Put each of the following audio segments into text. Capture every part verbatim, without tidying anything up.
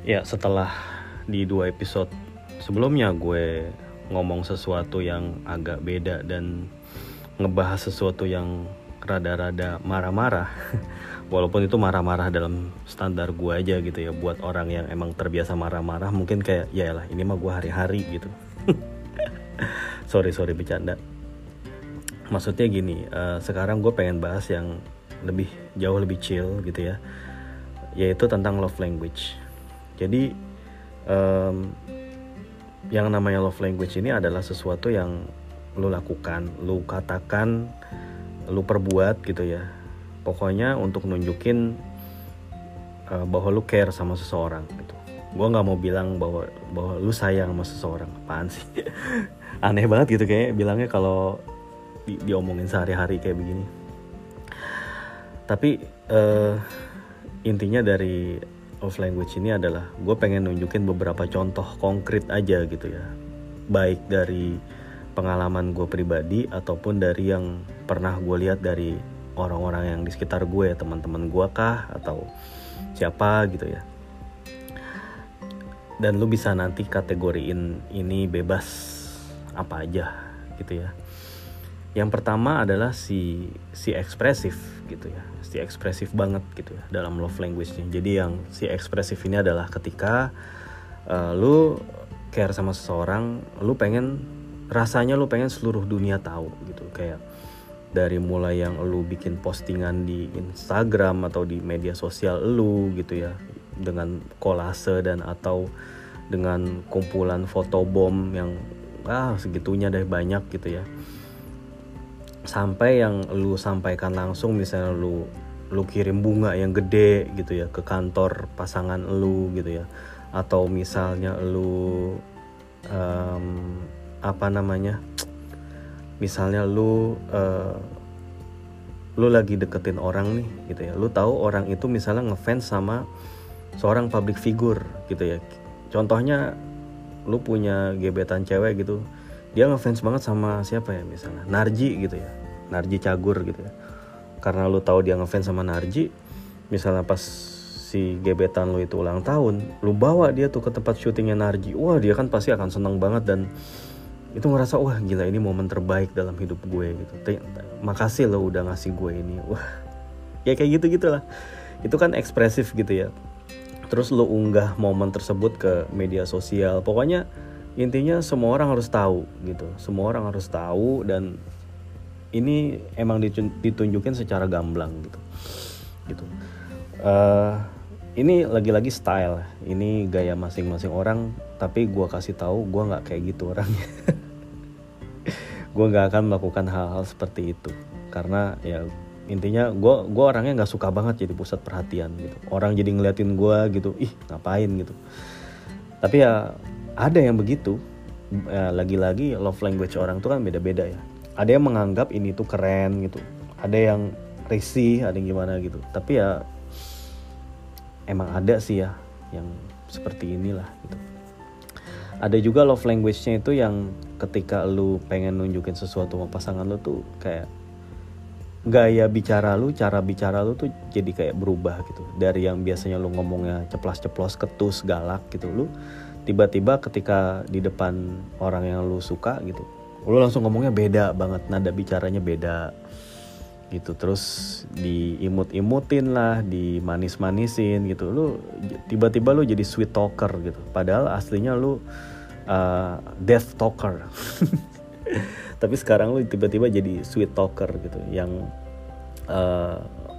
Ya, setelah di dua episode sebelumnya gue ngomong sesuatu yang agak beda dan ngebahas sesuatu yang rada-rada marah-marah. Walaupun itu marah-marah dalam standar gue aja gitu ya. Buat orang yang emang terbiasa marah-marah mungkin kayak ya lah ini mah gue hari-hari gitu. sorry sorry bercanda. Maksudnya gini, uh, sekarang gue pengen bahas yang lebih jauh lebih chill gitu ya, yaitu tentang love language. Jadi um, yang namanya love language ini adalah sesuatu yang lu lakukan, lu katakan, lu perbuat gitu ya. Pokoknya untuk nunjukin uh, bahwa lu care sama seseorang gitu. Gue nggak mau bilang bahwa bahwa lu sayang sama seseorang, apaan sih? Aneh banget gitu kayak bilangnya kalau di, diomongin sehari-hari kayak begini. Tapi uh, intinya dari love language ini adalah gue pengen nunjukin beberapa contoh konkret aja gitu ya, baik dari pengalaman gue pribadi ataupun dari yang pernah gue lihat dari orang-orang yang di sekitar gue, teman-teman gue kah atau siapa gitu ya. Dan lu bisa nanti kategoriin ini bebas apa aja gitu ya. Yang pertama adalah si si ekspresif gitu ya, si ekspresif banget gitu ya dalam love language-nya. Jadi yang si ekspresif ini adalah ketika uh, lu care sama seseorang, lu pengen rasanya lu pengen seluruh dunia tahu gitu. Kayak dari mulai yang lu bikin postingan di Instagram atau di media sosial lu gitu ya, dengan kolase dan atau dengan kumpulan fotobom yang ah segitunya deh banyak gitu ya. Sampai yang lu sampaikan langsung, misalnya lu lu kirim bunga yang gede gitu ya ke kantor pasangan lu gitu ya, atau misalnya lu um, apa namanya misalnya lu uh, lu lagi deketin orang nih gitu ya, lu tahu orang itu misalnya ngefans sama seorang public figure gitu ya. Contohnya lu punya gebetan cewek gitu, dia ngefans banget sama siapa ya, misalnya Narji gitu ya, Narji Cagur gitu ya. Karena lu tahu dia ngefans sama Narji, misalnya pas si gebetan lu itu ulang tahun, lu bawa dia tuh ke tempat syutingnya Narji, wah dia kan pasti akan seneng banget dan itu ngerasa wah gila ini momen terbaik dalam hidup gue gitu. Makasih lo udah ngasih gue ini, wah ya kayak gitu gitulah. Itu kan ekspresif gitu ya. Terus lu unggah momen tersebut ke media sosial, pokoknya intinya semua orang harus tahu gitu, semua orang harus tahu dan ini emang ditunjukin secara gamblang gitu, gitu. Uh, ini lagi-lagi style, ini gaya masing-masing orang, tapi gue kasih tahu gue nggak kayak gitu orangnya. Gue nggak akan melakukan hal-hal seperti itu karena ya intinya gue gue orangnya nggak suka banget jadi pusat perhatian gitu. Orang jadi ngeliatin gue gitu, ih ngapain gitu. Tapi ya ada yang begitu, ya, lagi-lagi love language orang tuh kan beda-beda ya. Ada yang menganggap ini tuh keren gitu, ada yang risih, ada yang gimana gitu. Tapi ya emang ada sih ya yang seperti inilah gitu. Ada juga love language-nya itu yang ketika lu pengen nunjukin sesuatu sama pasangan lu tuh kayak gaya bicara lu, cara bicara lu tuh jadi kayak berubah gitu. Dari yang biasanya lu ngomongnya ceplas-ceplos, ketus, galak gitu, lu tiba-tiba ketika di depan orang yang lu suka gitu, lu langsung ngomongnya beda banget, nada bicaranya beda gitu. Terus diimut-imutin lah, dimanis-manisin gitu. Lu tiba-tiba lu jadi sweet talker gitu. Padahal aslinya lu uh, death talker. Tapi sekarang lu tiba-tiba jadi sweet talker gitu, yang uh,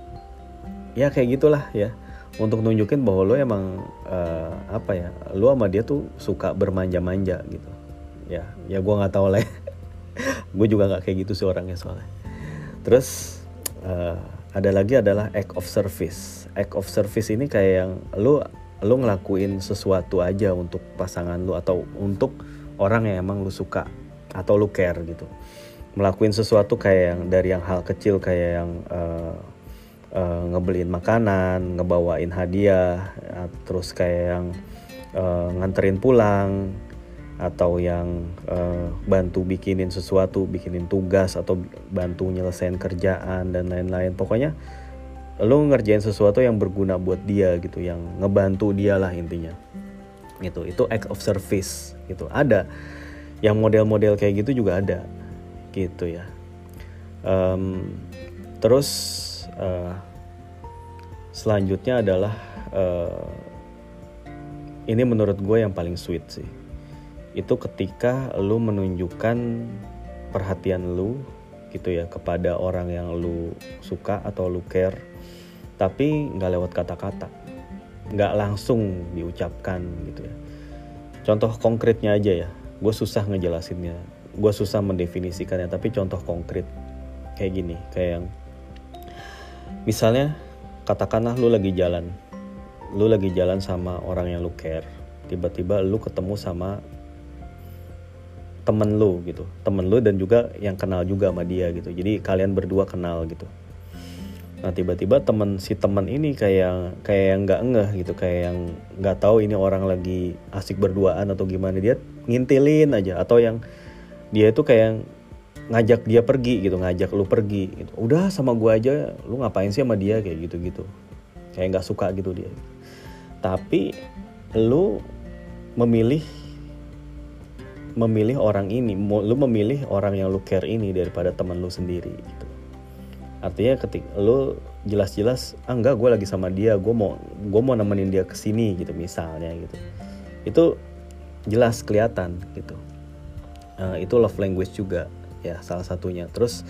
ya kayak gitulah ya, untuk nunjukin bahwa lu emang uh, apa ya, lu sama dia tuh suka bermanja-manja gitu. Ya, ya gue nggak tahu lah. Ya. Gue juga nggak kayak gitu sih orangnya soalnya. Terus uh, ada lagi adalah act of service. Act of service ini kayak yang lu lu ngelakuin sesuatu aja untuk pasangan lu atau untuk orang yang emang lu suka atau lu care gitu. Melakuin sesuatu kayak yang dari yang hal kecil kayak yang uh, uh, ngebeliin makanan, ngebawain hadiah, uh, terus kayak yang uh, nganterin pulang, atau yang uh, bantu bikinin sesuatu, bikinin tugas atau bantu nyelesain kerjaan dan lain-lain. Pokoknya lu ngerjain sesuatu yang berguna buat dia gitu, yang ngebantu dia lah intinya. Gitu. Itu act of service gitu. Ada yang model-model kayak gitu juga ada gitu ya. Um, terus uh, selanjutnya adalah uh, ini menurut gue yang paling sweet sih. Itu ketika lu menunjukkan perhatian lu gitu ya kepada orang yang lu suka atau lu care, tapi nggak lewat kata-kata, nggak langsung diucapkan gitu ya. Contoh konkretnya aja ya, gue susah ngejelasinnya, gue susah mendefinisikannya, tapi contoh konkret kayak gini, kayak yang misalnya katakanlah lu lagi jalan, lu lagi jalan sama orang yang lu care, tiba-tiba lu ketemu sama temen lu gitu, temen lu dan juga yang kenal juga sama dia gitu, jadi kalian berdua kenal gitu. Nah tiba-tiba temen si temen ini kayak kayak yang nggak ngeh gitu, kayak yang nggak tahu ini orang lagi asik berduaan atau gimana, dia ngintilin aja, atau yang dia itu kayak ngajak dia pergi gitu, ngajak lu pergi gitu. Udah sama gua aja, lu ngapain sih sama dia kayak gitu-gitu, kayak nggak suka gitu dia. Tapi lu memilih memilih orang ini, lu memilih orang yang lu care ini daripada teman lu sendiri gitu. Artinya ketika lu jelas-jelas, ah enggak, gue lagi sama dia, gue mau gue mau nemenin dia kesini gitu misalnya gitu, itu jelas kelihatan gitu. Uh, itu love language juga ya salah satunya. Terus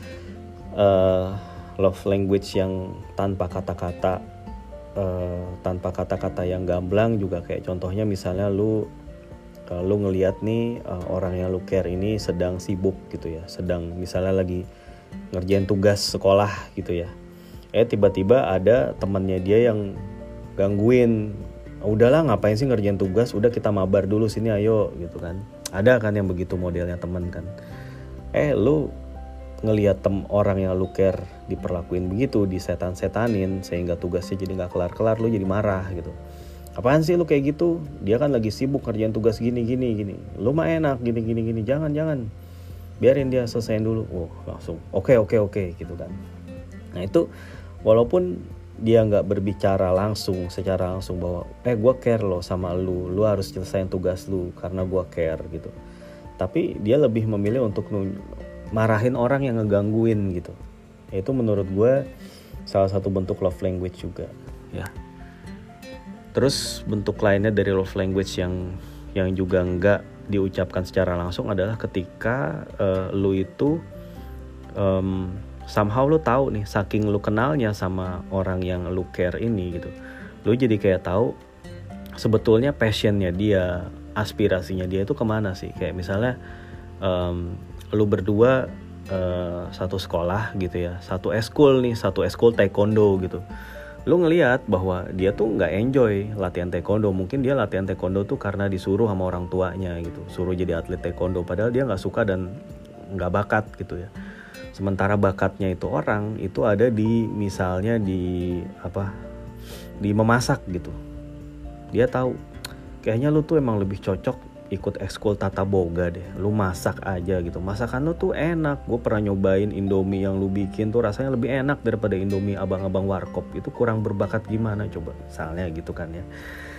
uh, love language yang tanpa kata-kata, uh, tanpa kata-kata yang gamblang juga, kayak contohnya misalnya lu lu ngelihat nih uh, orang yang lu care ini sedang sibuk gitu ya, sedang misalnya lagi ngerjain tugas sekolah gitu ya, eh tiba-tiba ada temannya dia yang gangguin, udahlah ngapain sih ngerjain tugas, udah kita mabar dulu sini ayo gitu kan. Ada kan yang begitu modelnya teman kan, eh lu ngelihat tem orang yang lu care diperlakuin begitu, disetan-setanin sehingga tugasnya jadi nggak kelar-kelar, lu jadi marah gitu. Apaan sih lu kayak gitu? Dia kan lagi sibuk kerjaan tugas gini gini gini. Lu mah enak gini gini gini. Jangan jangan. Biarin dia selesaiin dulu. Oh, langsung. Oke oke oke gitu kan. Nah, itu walaupun dia enggak berbicara langsung secara langsung bahwa eh gua care lo sama lu. Lu harus selesaiin tugas lu karena gua care gitu. Tapi dia lebih memilih untuk marahin orang yang ngegangguin gitu. Itu menurut gue salah satu bentuk love language juga, ya. Terus bentuk lainnya dari love language yang yang juga enggak diucapkan secara langsung adalah ketika uh, lu itu um, somehow lu tahu nih, saking lu kenalnya sama orang yang lu care ini gitu, lu jadi kayak tahu sebetulnya passionnya dia, aspirasinya dia itu kemana sih. Kayak misalnya um, lu berdua uh, satu sekolah gitu ya, satu eskul nih, satu eskul taekwondo gitu. Lu ngelihat bahwa dia tuh nggak enjoy latihan taekwondo. Mungkin dia latihan taekwondo tuh karena disuruh sama orang tuanya gitu, suruh jadi atlet taekwondo, padahal dia nggak suka dan nggak bakat gitu ya. Sementara bakatnya itu orang itu ada di misalnya di apa di memasak gitu. Dia tahu kayaknya lu tuh emang lebih cocok ikut ekskul tata boga deh, lu masak aja gitu, masakan lu tuh enak, gue pernah nyobain Indomie yang lu bikin tuh rasanya lebih enak daripada Indomie abang-abang warkop, itu kurang berbakat gimana coba, misalnya gitu kan ya.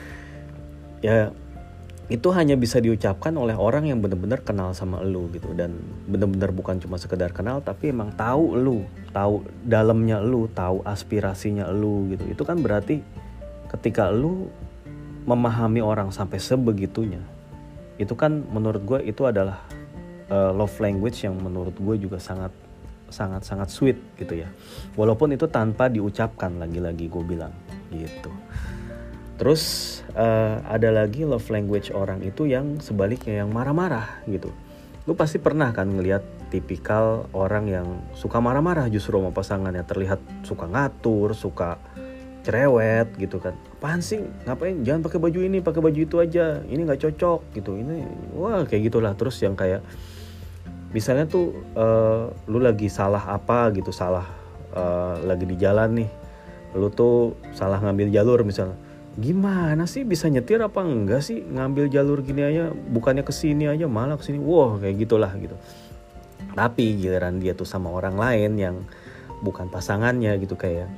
Ya itu hanya bisa diucapkan oleh orang yang benar-benar kenal sama lu gitu, dan benar-benar bukan cuma sekedar kenal tapi emang tahu lu, tahu dalamnya lu, tahu aspirasinya lu gitu. Itu kan berarti ketika lu memahami orang sampai sebegitunya, itu kan menurut gue itu adalah uh, love language yang menurut gue juga sangat sangat sangat sweet gitu ya, walaupun itu tanpa diucapkan, lagi-lagi gue bilang gitu. Terus uh, ada lagi love language orang itu yang sebaliknya, yang marah-marah gitu. Lu pasti pernah kan ngelihat tipikal orang yang suka marah-marah justru sama pasangannya, terlihat suka ngatur, suka cerewet gitu kan. Apaan sih, ngapain, jangan pakai baju ini, pakai baju itu aja, ini nggak cocok gitu, ini wah kayak gitulah. Terus yang kayak misalnya tuh uh, lu lagi salah apa gitu, salah uh, lagi di jalan nih, lu tuh salah ngambil jalur misalnya, gimana sih bisa nyetir apa enggak sih, ngambil jalur gini aja, bukannya kesini aja malah kesini, wah kayak gitulah gitu. Tapi giliran dia tuh sama orang lain yang bukan pasangannya gitu, kayak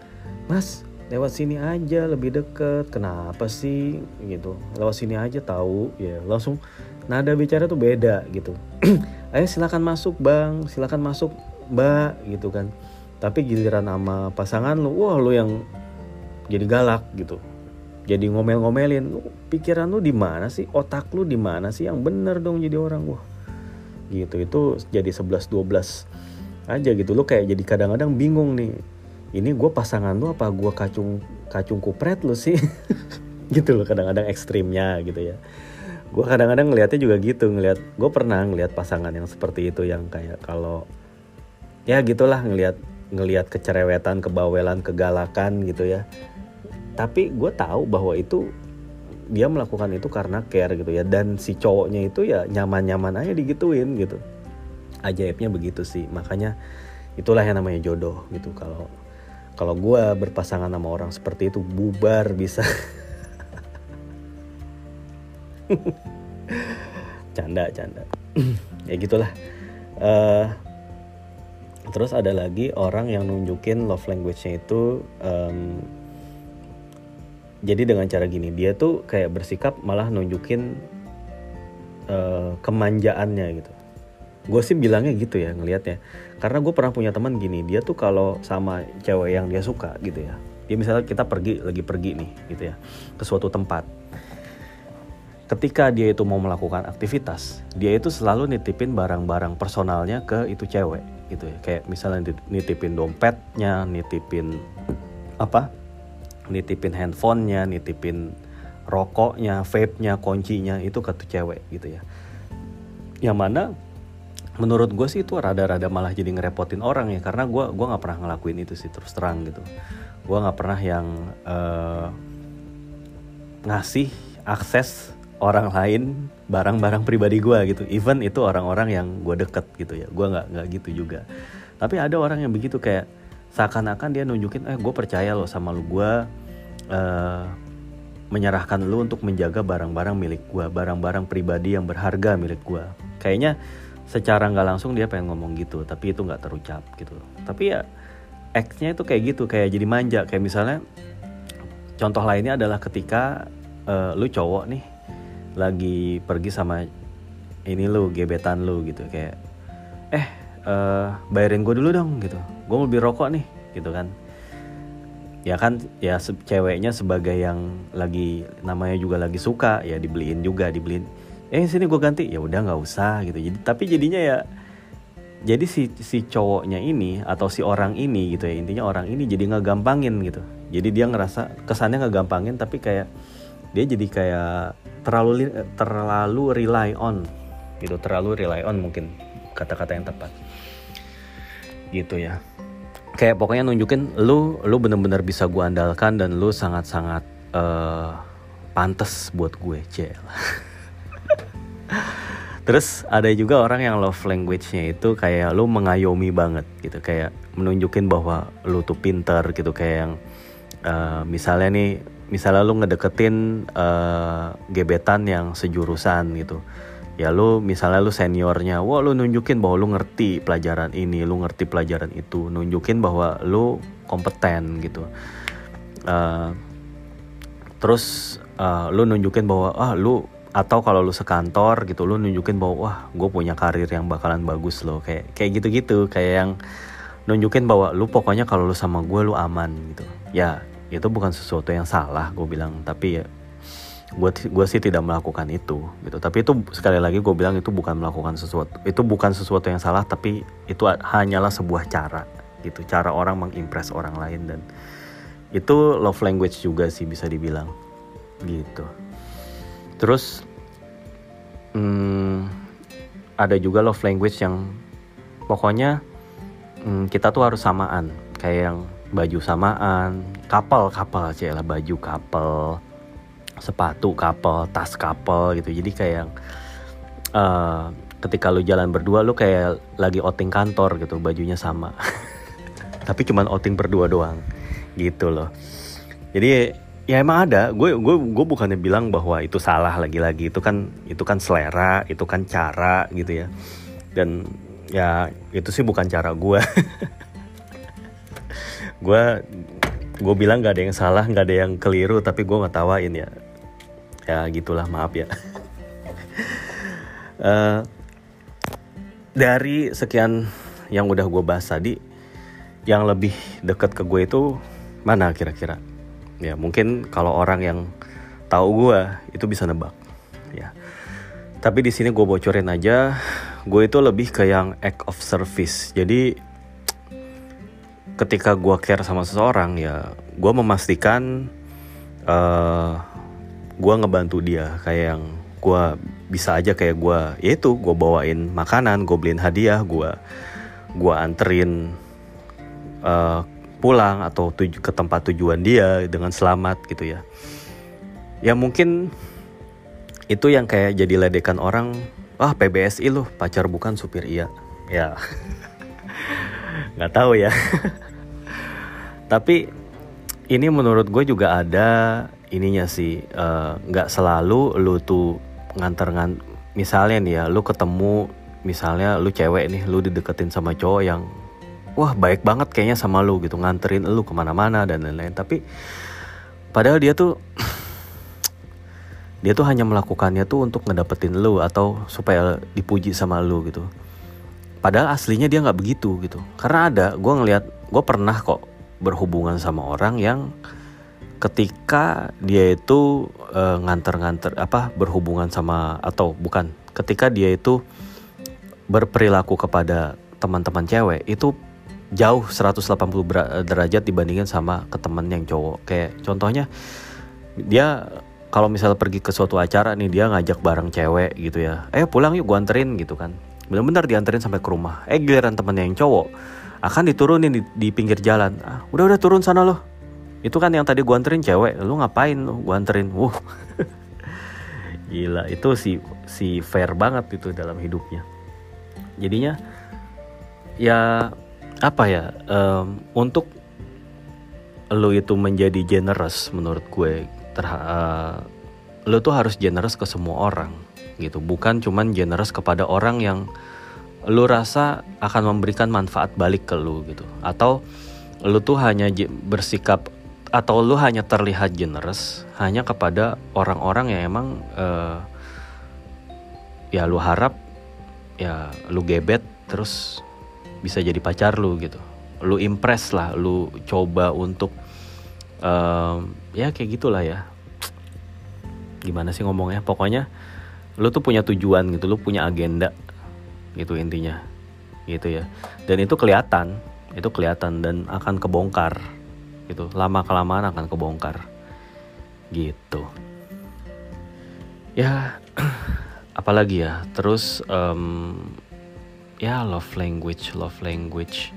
mas lewat sini aja lebih deket, kenapa sih gitu, lewat sini aja tahu ya, langsung nada bicara tuh beda gitu. Ayo silakan masuk bang, silakan masuk mbak gitu kan. Tapi giliran sama pasangan lu, wah lu yang jadi galak gitu, jadi ngomel-ngomelin. Lu, pikiran lu di mana sih, otak lu di mana sih, yang bener dong jadi orang. Wah gitu, itu jadi sebelas dua belas aja gitu. Lu kayak jadi kadang-kadang bingung nih, ini gue pasangan lu apa gue kacung kacung kupret lu sih. Gitu loh kadang-kadang ekstrimnya gitu ya. Gue kadang-kadang ngelihatnya juga gitu, ngelihat, gue pernah ngelihat pasangan yang seperti itu, yang kayak kalau ya gitulah, ngelihat ngelihat kecerewetan, kebawelan, kegalakan gitu ya. Tapi gue tahu bahwa itu dia melakukan itu karena care gitu ya, dan si cowoknya itu ya nyaman-nyaman aja digituin gitu. Ajaibnya begitu sih. Makanya itulah yang namanya jodoh gitu. Kalau kalau gue berpasangan sama orang seperti itu, bubar bisa. Canda canda. Ya gitulah. Uh, terus ada lagi orang yang nunjukin love language-nya itu um, jadi dengan cara gini, dia tuh kayak bersikap malah nunjukin uh, kemanjaannya gitu. Gue sih bilangnya gitu ya ngelihatnya. Karena gue pernah punya teman gini, dia tuh kalau sama cewek yang dia suka gitu ya, dia misalnya kita pergi, lagi pergi nih gitu ya, ke suatu tempat. Ketika dia itu mau melakukan aktivitas, dia itu selalu nitipin barang-barang personalnya ke itu cewek gitu ya. Kayak misalnya nitipin dompetnya, nitipin apa? nitipin handphonenya, nitipin rokoknya, vape-nya, kuncinya itu ke tuh cewek gitu ya. Yang mana menurut gue sih itu rada-rada malah jadi ngerepotin orang ya, karena gue gue nggak pernah ngelakuin itu sih, terus terang gitu. Gue nggak pernah yang uh, ngasih akses orang lain barang-barang pribadi gue gitu. Even itu orang-orang yang gue deket gitu ya, gue nggak nggak gitu juga. Tapi ada orang yang begitu, kayak seakan-akan dia nunjukin, eh gue percaya lo sama lo, gue uh, menyerahkan lo untuk menjaga barang-barang milik gue, barang-barang pribadi yang berharga milik gue. Kayaknya secara nggak langsung dia pengen ngomong gitu, tapi itu nggak terucap gitu. Tapi ya act-nya itu kayak gitu, kayak jadi manja. Kayak misalnya contoh lainnya adalah ketika uh, lu cowok nih lagi pergi sama ini lu, gebetan lu gitu, kayak eh uh, bayarin gue dulu dong gitu, gue mau beli rokok nih gitu kan. Ya kan, ya se- ceweknya sebagai yang lagi namanya juga lagi suka, ya dibeliin juga, dibeliin. Eh sini gue ganti, ya udah nggak usah gitu. Jadi tapi jadinya ya, jadi si si cowoknya ini atau si orang ini gitu ya, intinya orang ini jadi ngegampangin gitu. Jadi dia ngerasa kesannya ngegampangin, tapi kayak dia jadi kayak terlalu terlalu rely on gitu, terlalu rely on mungkin kata-kata yang tepat gitu ya. Kayak pokoknya nunjukin lu lu benar-benar bisa gue andalkan dan lu sangat-sangat uh, pantes buat gue, cel. Terus ada juga orang yang love language-nya itu kayak lu mengayomi banget gitu, kayak menunjukin bahwa lu tuh pintar gitu, kayak yang uh, misalnya nih, misalnya lu ngedeketin uh, gebetan yang sejurusan gitu. Ya lu misalnya lu seniornya, wah lu nunjukin bahwa lu ngerti pelajaran ini, lu ngerti pelajaran itu, nunjukin bahwa lu kompeten gitu. Uh, terus uh, lu nunjukin bahwa ah lu, atau kalau lu sekantor gitu, lu nunjukin bahwa wah gue punya karir yang bakalan bagus loh, kayak kayak gitu-gitu, kayak yang nunjukin bahwa lu pokoknya kalau lu sama gue lu aman gitu. Ya itu bukan sesuatu yang salah gue bilang, tapi ya gue gue sih tidak melakukan itu gitu. Tapi itu sekali lagi gue bilang, itu bukan melakukan sesuatu, itu bukan sesuatu yang salah, tapi itu hanyalah sebuah cara gitu, cara orang mengimpress orang lain, dan itu love language juga sih bisa dibilang gitu. Terus hmm, ada juga love language yang pokoknya hmm, kita tuh harus samaan, kayak yang baju samaan, couple couple aja lah, baju couple, sepatu couple, tas couple gitu. Jadi kayak uh, ketika lu jalan berdua, lu kayak lagi outing kantor gitu, bajunya sama. Tapi cuman outing berdua doang gitu loh. Jadi ya emang ada, gue gue gue bukannya bilang bahwa itu salah, lagi-lagi itu kan itu kan selera, itu kan cara gitu ya. Dan ya itu sih bukan cara gue. Gue gue bilang nggak ada yang salah, nggak ada yang keliru, tapi gue ngetawain ya. Ya gitulah, maaf ya. uh, dari sekian yang udah gue bahas tadi, yang lebih deket ke gue itu mana kira-kira? Ya mungkin kalau orang yang tahu gue itu bisa nebak. Ya. Tapi di sini gue bocorin aja, gue itu lebih ke yang act of service. Jadi ketika gue care sama seseorang ya, gue memastikan uh, gue ngebantu dia. Kayak yang gue bisa aja kayak gue, yaitu gue bawain makanan, gue beliin hadiah, gue gue anterin uh, pulang atau tuju, ke tempat tujuan dia dengan selamat gitu ya. Ya mungkin itu yang kayak jadi ledekan orang, ah P B S I loh, pacar bukan supir iya. Ya nggak tahu ya. Tapi ini menurut gue juga ada ininya sih, nggak uh, selalu lu tuh nganter-nganter. Misalnya nih ya, lu ketemu, misalnya lu cewek nih, lu dideketin sama cowok yang wah baik banget kayaknya sama lu gitu, nganterin lu kemana-mana dan lain-lain. Tapi padahal dia tuh dia tuh hanya melakukannya tuh untuk ngedapetin lu atau supaya dipuji sama lu gitu. Padahal aslinya dia nggak begitu gitu. Karena ada, gue ngelihat, gue pernah kok berhubungan sama orang yang ketika dia itu e, nganter-nganter apa berhubungan sama atau bukan, ketika dia itu berperilaku kepada teman-teman cewek itu jauh seratus delapan puluh derajat dibandingin sama ke teman yang cowok. Kayak contohnya dia kalau misalnya pergi ke suatu acara nih, dia ngajak bareng cewek gitu ya, eh pulang yuk gue anterin gitu kan, benar-benar dianterin sampai ke rumah. Eh giliran temennya yang cowok akan diturunin di, di pinggir jalan, ah, udah udah turun sana loh, itu kan yang tadi gue anterin cewek, lu ngapain lu gue anterin. Wuh gila, itu si si fair banget itu dalam hidupnya. Jadinya ya apa ya, um, untuk lu itu menjadi generous menurut gue, ter, uh, lu tuh harus generous ke semua orang gitu, bukan cuman generous kepada orang yang lu rasa akan memberikan manfaat balik ke lu gitu, atau lu tuh hanya bersikap atau lu hanya terlihat generous hanya kepada orang-orang yang emang uh, ya lu harap ya lu gebet terus bisa jadi pacar lu gitu, lu impress lah, lu coba untuk um, ya kayak gitulah ya, gimana sih ngomongnya, pokoknya lu tuh punya tujuan gitu, lu punya agenda gitu intinya gitu ya. Dan itu kelihatan, itu kelihatan dan akan kebongkar gitu, lama kelamaan akan kebongkar gitu ya. Apalagi ya, terus um, ya love language love language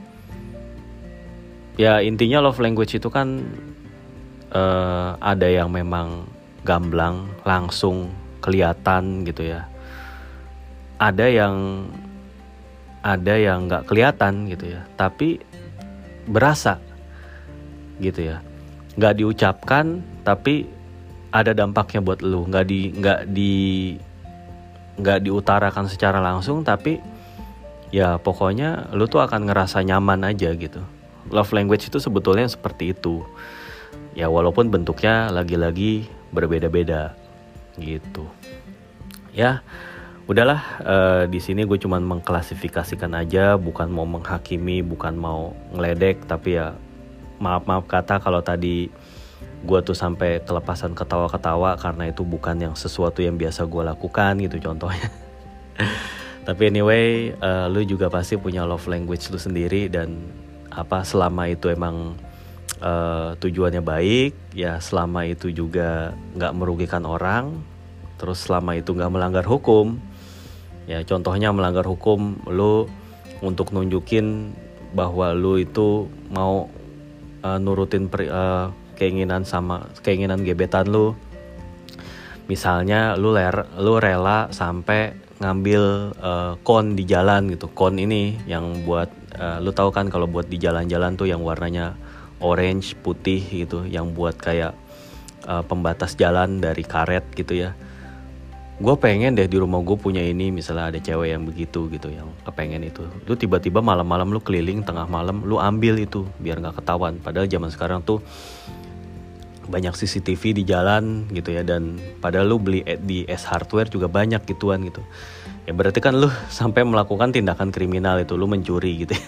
ya intinya love language itu kan uh, ada yang memang gamblang langsung kelihatan gitu ya, ada yang ada yang nggak kelihatan gitu ya, tapi berasa gitu ya, nggak diucapkan tapi ada dampaknya buat lu, nggak di nggak di nggak diutarakan secara langsung, tapi ya pokoknya lu tuh akan ngerasa nyaman aja gitu. Love language itu sebetulnya seperti itu ya, walaupun bentuknya lagi-lagi berbeda-beda gitu ya. Udahlah, uh, di sini gue cuman mengklasifikasikan aja, bukan mau menghakimi, bukan mau ngeledek, tapi ya maaf-maaf kata kalau tadi gue tuh sampai kelepasan ketawa-ketawa karena itu bukan yang sesuatu yang biasa gue lakukan gitu contohnya. Tapi anyway, uh, lu juga pasti punya love language lu sendiri, dan apa selama itu emang uh, tujuannya baik, ya selama itu juga nggak merugikan orang, terus selama itu nggak melanggar hukum. Ya contohnya melanggar hukum, lu untuk nunjukin bahwa lu itu mau uh, nurutin per, uh, keinginan sama keinginan gebetan lu. Misalnya lu ler, lu rela sampai ngambil uh, kon di jalan gitu. Kon ini yang buat uh, lu tahu kan kalau buat di jalan-jalan tuh yang warnanya orange putih gitu, yang buat kayak uh, pembatas jalan dari karet gitu ya. gue pengen deh di rumah gue punya ini, misalnya ada cewek yang begitu gitu, yang kepengen itu, lu tiba-tiba malam-malam lu keliling tengah malam lu ambil itu biar nggak ketahuan. Padahal zaman sekarang tuh banyak C C T V di jalan gitu ya, dan padahal lu beli di S Hardware juga banyak gituan gitu. Ya berarti kan lu sampai melakukan tindakan kriminal itu, lu mencuri gitu.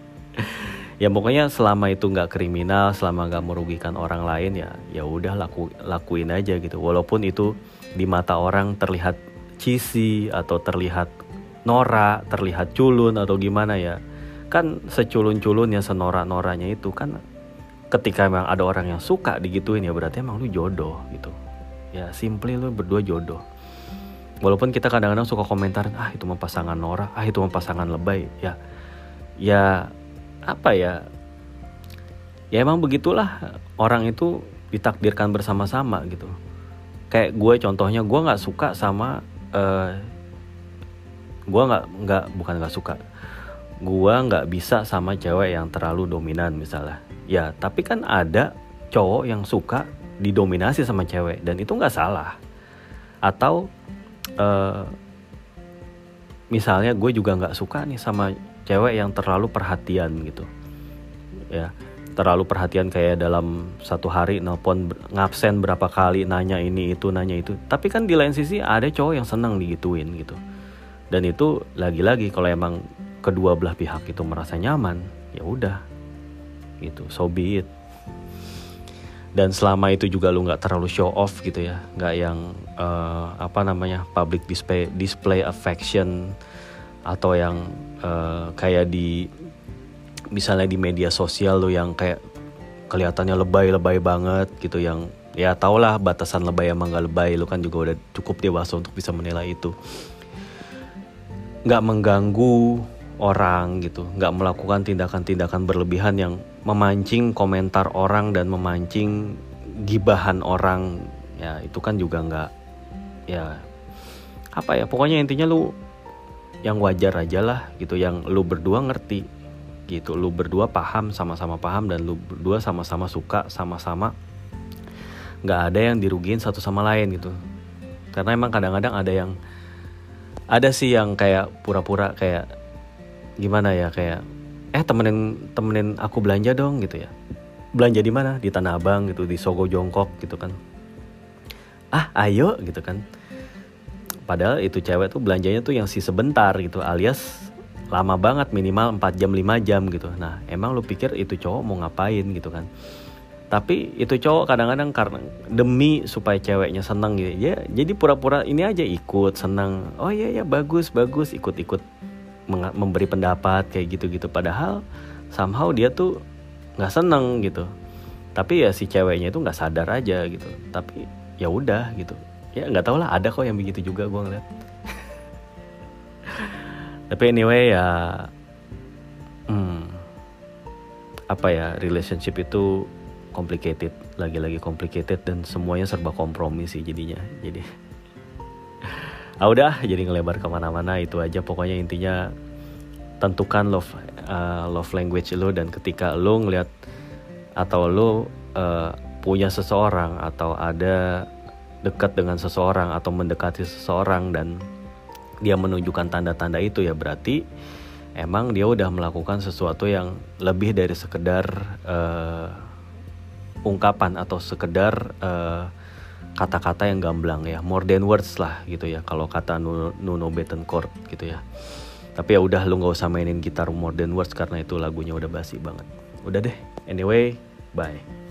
Ya pokoknya selama itu nggak kriminal, selama nggak merugikan orang lain, ya ya udah laku, lakuin aja gitu. Walaupun itu di mata orang terlihat cheesy atau terlihat norak, terlihat culun atau gimana ya. Kan seculun-culunnya, senorak-noranya itu kan ketika memang ada orang yang suka digituin, ya berarti emang lu jodoh gitu. Ya simply lu berdua jodoh. Walaupun kita kadang-kadang suka komentar, ah itu mah pasangan norak, ah itu mah pasangan lebay. Ya, ya apa ya? Ya emang begitulah, orang itu ditakdirkan bersama-sama gitu. Kayak gue contohnya, gue nggak suka sama, uh, gue nggak nggak bukan nggak suka, gue nggak bisa sama cewek yang terlalu dominan misalnya. Ya tapi kan ada cowok yang suka didominasi sama cewek, dan itu nggak salah. Atau uh, misalnya gue juga nggak suka nih sama cewek yang terlalu perhatian gitu, ya terlalu perhatian kayak dalam satu hari nelpon ngabsen berapa kali, nanya ini itu nanya itu. Tapi kan di lain sisi ada cowok yang senang digituin gitu, dan itu lagi-lagi kalau emang kedua belah pihak itu merasa nyaman, ya udah gitu, so be it. Dan selama itu juga lu nggak terlalu show off gitu ya, nggak yang uh, apa namanya public display display affection, atau yang uh, kayak di misalnya di media sosial lu yang kayak kelihatannya lebay-lebay banget gitu, yang ya tau lah batasan lebay emang nggak lebay, lu kan juga udah cukup dewasa untuk bisa menilai itu. Nggak mengganggu orang gitu, nggak melakukan tindakan-tindakan berlebihan yang memancing komentar orang dan memancing gibahan orang, ya itu kan juga nggak, ya apa ya, pokoknya intinya lu yang wajar aja lah gitu, yang lu berdua ngerti gitu, lu berdua paham, sama-sama paham, dan lu berdua sama-sama suka, sama-sama nggak ada yang dirugiin satu sama lain gitu. Karena emang kadang-kadang ada yang ada sih yang kayak pura-pura kayak gimana ya, kayak eh temenin temenin aku belanja dong gitu ya. Belanja di mana? Di Tanah Abang gitu, di Sogo Jongkok gitu kan. Ah ayo gitu kan. Padahal itu cewek tuh belanjanya tuh yang si sebentar gitu, alias lama banget, minimal empat jam lima jam gitu. Nah emang lu pikir itu cowok mau ngapain gitu kan. Tapi itu cowok kadang-kadang karena demi supaya ceweknya seneng gitu, ya jadi pura-pura ini aja ikut seneng. Oh iya ya bagus bagus, ikut-ikut memberi pendapat kayak gitu-gitu, padahal somehow dia tuh nggak seneng gitu. Tapi ya si ceweknya itu nggak sadar aja gitu. Tapi ya udah gitu, ya nggak tau lah, ada kok yang begitu juga gue ngeliat. Tapi anyway ya, hmm, apa ya, relationship itu complicated, lagi-lagi complicated, dan semuanya serba kompromi sih jadinya. Jadi ah udah, jadi ngelebar kemana-mana. Itu aja pokoknya intinya, tentukan love uh, love language lo, dan ketika lo ngeliat atau lo uh, punya seseorang atau ada dekat dengan seseorang atau mendekati seseorang dan dia menunjukkan tanda-tanda itu, ya berarti emang dia udah melakukan sesuatu yang lebih dari sekedar uh, ungkapan atau sekedar uh, kata-kata yang gamblang ya, more than words lah gitu ya, kalau kata Nuno Bettencourt gitu ya. Tapi ya udah, lu nggak usah mainin gitar more than words karena itu lagunya udah basi banget. Udah deh, anyway, bye.